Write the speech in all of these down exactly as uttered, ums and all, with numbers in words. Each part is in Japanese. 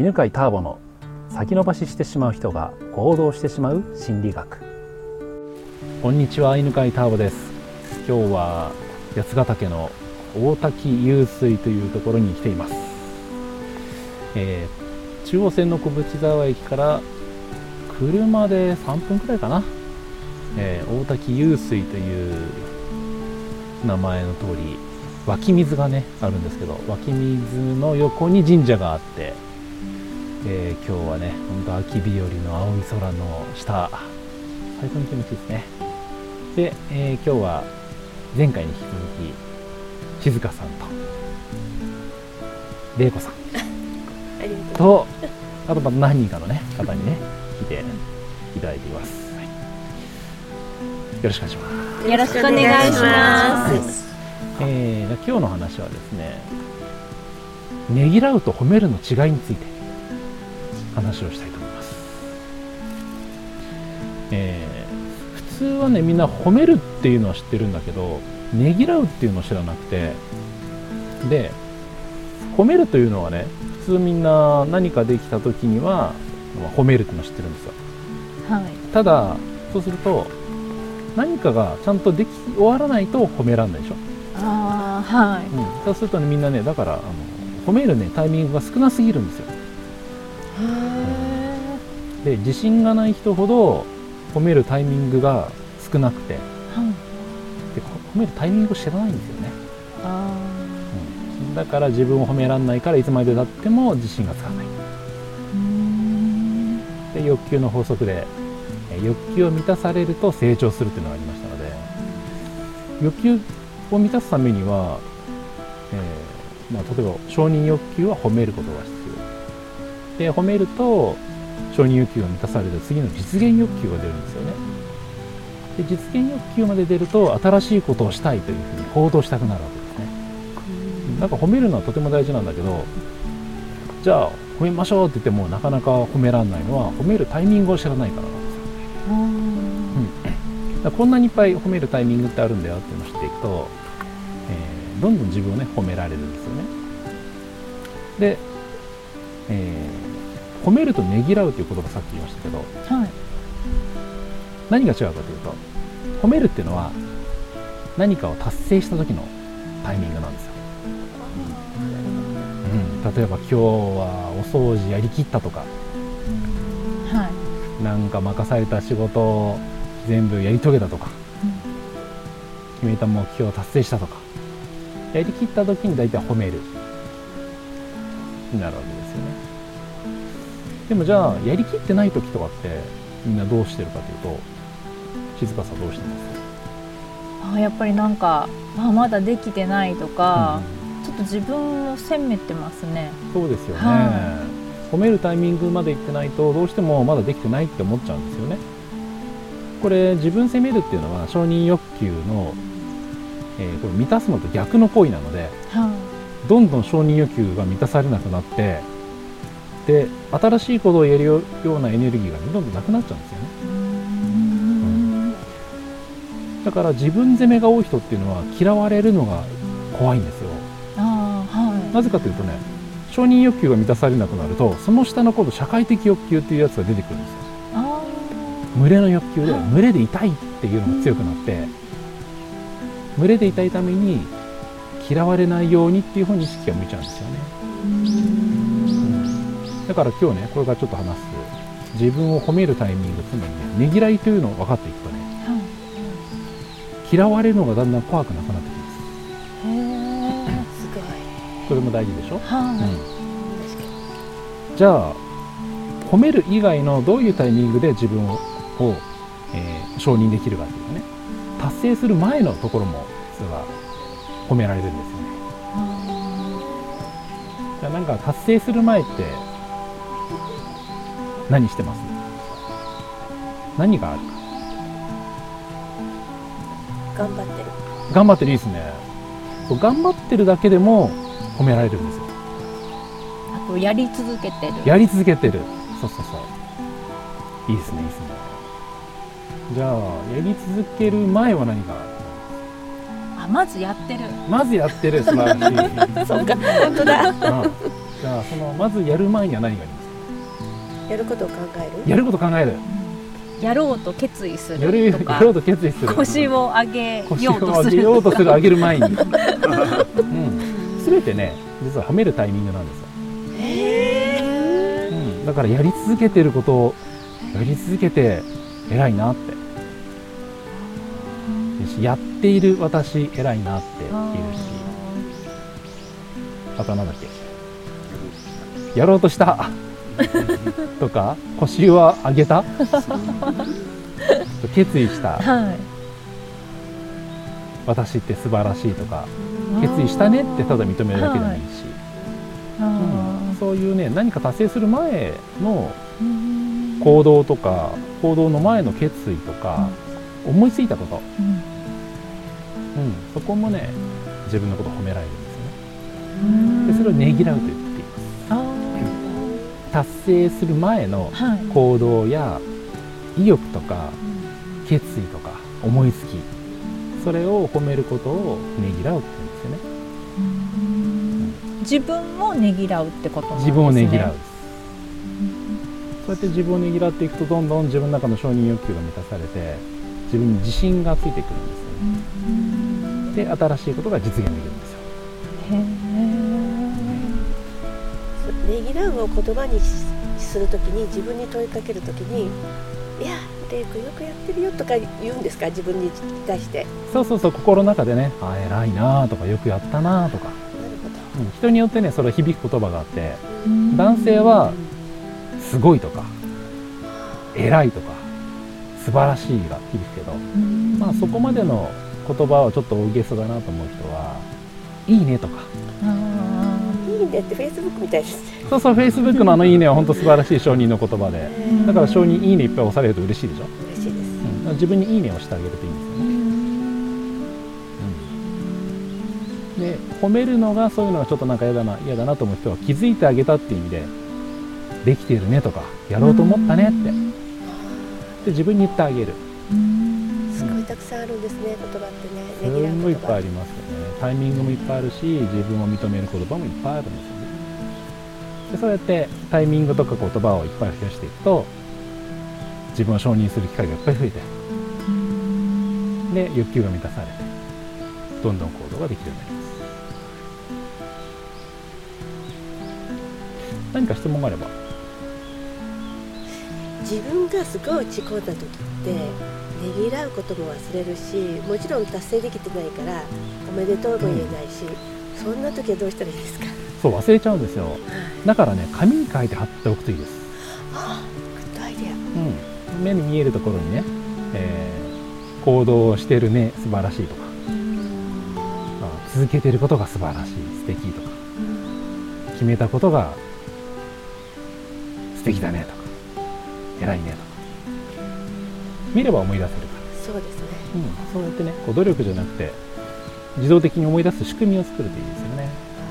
犬飼ターボの先延ばししてしまう人が行動してしまう心理学。こんにちは、犬飼ターボです。今日は八ヶ岳の大滝湧水というところに来ています。えー、中央線の小淵沢駅から車でさんぷんくらいかな、えー、大滝湧水という名前の通り湧き水がねあるんですけど、湧き水の横に神社があって、えー、今日はね本当秋日和の青い空の下、最高に気持ちいいですね。で、えー、今日は前回に引き続き静香さんと玲子さんとあとまた何人かの、ね、方にね来ていただいています、はい、よろしくお願いします。 よろしくお願いします。 えー、今日の話はですね、ねぎらうと褒めるの違いについて話をしたいと思います。えー、普通はねみんな褒めるっていうのは知ってるんだけど、ねぎらうっていうのを知らなくて、で褒めるというのはね普通みんな何かできた時には褒めるっていうのを知ってるんですよ、はい、ただそうすると何かがちゃんとでき終わらないと褒めらんないでしょ。 あ、はい、 うん、そうするとねみんなねだからあの褒めるねタイミングが少なすぎるんですよ。へー、で自信がない人ほど褒めるタイミングが少なくて、はい、で褒めるタイミングを知らないんですよね。あ、うん、だから自分を褒めらんないからいつまでだっても自信がつかない。うーん、で欲求の法則で欲求を満たされると成長するっていうのがありましたので、欲求を満たすためには、えーまあ、例えば承認欲求は褒めることが必要で、褒めると承認欲求が満たされると次の実現欲求が出るんですよね。で実現欲求まで出ると新しいことをしたいというふうに行動したくなるわけですね。なんか褒めるのはとても大事なんだけど、じゃあ褒めましょうって言ってもなかなか褒めらんないのは褒めるタイミングを知らないからなんですよ。うん、だこんなにいっぱい褒めるタイミングってあるんだよっていうのを知っていくと、えー、どんどん自分をね褒められるんですよね。で、えー、褒めるとねぎらうという言葉さっき言いましたけど、はい、何が違うかというと、褒めるっていうのは何かを達成した時のタイミングなんですよ。うん、例えば今日はお掃除やりきったとか、はい、なんか任された仕事を全部やり遂げたとか、うん、決めた目標を達成したとか、やりきった時に大体褒めるになるわけですよね。でもじゃあやりきってない時とかってみんなどうしてるかというと、静香さんどうしてます？ あ、やっぱりなんか、あ、まだできてないとか、うん、ちょっと自分を責めてますね。 そうですよね、はい、褒めるタイミングまでいってないとどうしてもまだできてないって思っちゃうんですよね。これ自分責めるっていうのは承認欲求の、えー、これ満たすのと逆の行為なので、はあ、どんどん承認欲求が満たされなくなって、で新しいことをやるようなエネルギーがどんどんなくなっちゃうんですよね。うん、だから自分責めが多い人っていうのは嫌われるのが怖いんですよ。あ、はい、なぜかというとね、承認欲求が満たされなくなるとその下の今度社会的欲求っていうやつが出てくるんですよ。群れの欲求で群れでいたいっていうのが強くなって、群れでいたいために嫌われないようにっていう方に意識が向いちゃうんですよね。うん、だから今日ねこれからちょっと話す自分を褒めるタイミング、つまりねねぎらいというのを分かっていくとね、嫌われるのがだんだん怖くなくなってきます。へー、すごい。それも大事でしょ。はい、うん、じゃあ褒める以外のどういうタイミングで自分をを、えー、承認できるかっていうかね、達成する前のところも実は褒められるんですよね。じゃあなんか達成する前って何してます？何があるか。 頑張ってる。 頑張ってる、いいですね。そう、頑張ってるだけでも褒められるんですよ。 あとやり続けてる。 やり続けてる。そうそうそう。いいですね、いいですね。じゃあやり続ける前は何か。 あ、まずやってる。 まずやってる、素晴らしい。 そうか、本当だ。 うん、 じゃあそのまずやる前には何がありますか？ やることを考える。 やること考える。 やろうと決意すやるるとか、 やろうと決意する。 腰を上げようとす腰を上げるようとする、 とか。 上げる前に。うん。すべてね、実は褒めるタイミングなんですよ。 へうん。だからやり続けてることをやり続けて偉いなって。やっている私偉いなって言うし、あとはなんだっけ、やろうとしたとか、腰は上げた決意した、 はい、 私って素晴らしいとか、決意したねってただ認めるだけでもいいし、 はい、 うん、そういうね、何か達成する前の行動とか、行動の前の決意とか、思いついたこと、 うんうん、そこもね、自分のことを褒められるんですよね。でそれをねぎらうと言っています。 あ達成する前のはい行動や意欲とか決意とか思いつき、それを褒めることをねぎらうって言うんですよね。 自分をねぎらうってことなんですね。 自分をねぎらう。そうやって自分をねぎらっていくと、どんどん自分の中の承認欲求が満たされて、自分に自信がついてくるんですよね。で、新しいことが実現できるんですよ。 へねぎらうを言葉にするときに、自分に問いかけるときに、いや、レイ君よくやってるよとか言うんですか、自分に対して。 そうそうそう、心の中でね、あ、偉いなとか、よくやったなとか、 なるほど、 うん、人によってね、それ響く言葉があって、 ー男性はすごいとか、偉いとか、素晴らしいが響くけど、まあそこまでの言葉はちょっと大げさだなと思う人は、いいねとか、 あいいねってフェイスブックみたいですね。 そうそう、フェイスブックのあのいいねは本当素晴らしい承認の言葉で、 ーだから承認いいねいっぱい押されると嬉しいでしょ。 嬉しいです。 うん、自分にいいねをしてあげるといいんですよね。で、褒めるのが、そういうのがちょっとなんか嫌だな嫌だなと思う人は、気づいてあげたっていう意味で、できているねとか、やろうと思ったねってで自分に言ってあげる。 すごいたくさんあるんですね、言葉ってね。 すんごいいっぱいありますよね。タイミングもいっぱいあるし、自分を認める言葉もいっぱいあるんですよね。でそうやってタイミングとか言葉をいっぱい増やしていくと、自分を承認する機会がいっぱい増えて、で欲求が満たされて、どんどん行動ができるようになります。何か質問があれば。 自分がすごい落ち込んだ時って、ねぎらうことも忘れるし、もちろん達成できてないからおめでとうも言えないし、うん、そんな時はどうしたらいいですか？ そう忘れちゃうんですよ。だからね、紙に書いて貼っておくといいです。 はあ、グッドアイデア。 うん、目に見えるところにね、えー、行動してるね、素晴らしいとか、まあ、続けてることが素晴らしい、素敵とか、決めたことが素敵だねとか、偉いねとか、見れば思い出せるから。 そうですね、 うん、そうやってね、こう努力じゃなくて自動的に思い出す仕組みを作るといいですよね。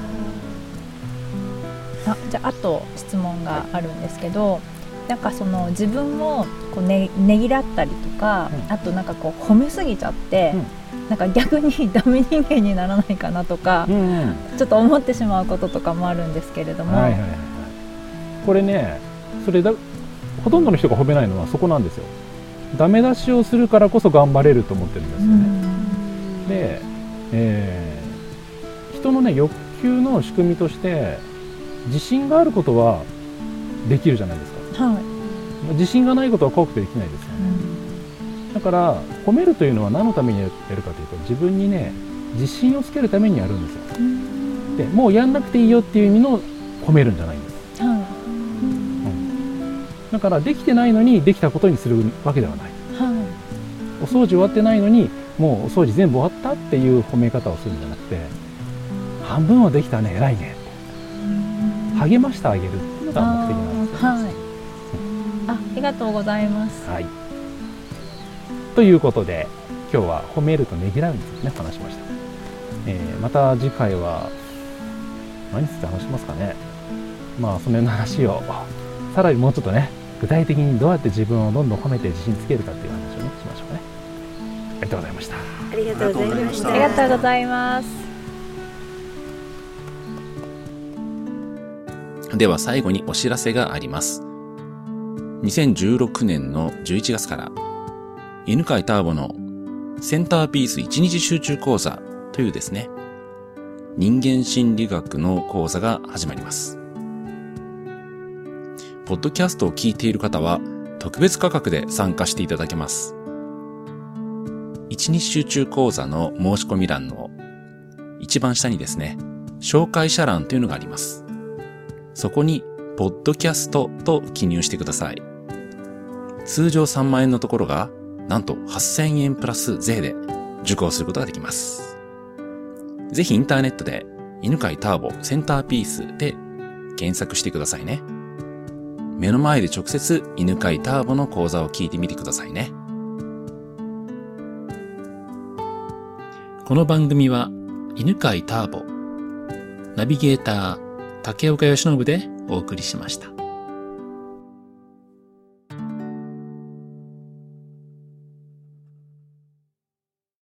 あじゃあ、あと質問があるんですけど、なんかその自分をこう ね, ねぎらったりとか、うん、あとなんかこう褒めすぎちゃって、うん、なんか逆にダメ人間にならないかなとか、うんうん、ちょっと思ってしまうこととかもあるんですけれども、 はいはいはい、これね、それだほとんどの人が褒めないのはそこなんですよ。ダメ出しをするからこそ頑張れると思ってるんですよね。うん、で、えー、人のね、欲求の仕組みとして自信があることはできるじゃないですか。はい、自信がないことは怖くてできないですよね。うん、だから褒めるというのは何のためにやるかというと、自分にね、自信をつけるためにやるんですよ。うん、でもうやんなくていいよっていう意味の褒めるんじゃないんです。はい、うん、だからできてないのにできたことにするわけではない。はい、お掃除終わってないのにもうお掃除全部終わったっていう褒め方をするんじゃなくて、半分はできたね、偉いね、励ましてあげるっていうのが目的なんですよ。はい、 あ、ありがとうございます。 はい、ということで今日は褒めるとねぎらうについてね、話しました。えー、また次回は何について話しますかね。まあその辺の話をさらにもうちょっとね、具体的にどうやって自分をどんどん褒めて自信つけるかっていう話をね、しましょうね。ありがとうございました。 ありがとうございました。 ありがとうございます。 では最後にお知らせがあります。にせんじゅうろくねんのじゅういちがつから、犬飼ターボのセンターピースいちにち集中講座というですね、人間心理学の講座が始まります。ポッドキャストを聞いている方は特別価格で参加していただけます。いちにち集中講座の申し込み欄の一番下にですね、紹介者欄というのがあります。そこにポッドキャストと記入してください。通常さんまんえんのところがなんとはっせんえんプラス税で受講することができます。ぜひインターネットで犬飼ターボセンターピースで検索してくださいね。目の前で直接犬飼ターボの講座を聞いてみてくださいね。この番組は犬飼ターボ、ナビゲーター竹岡由伸でお送りしました。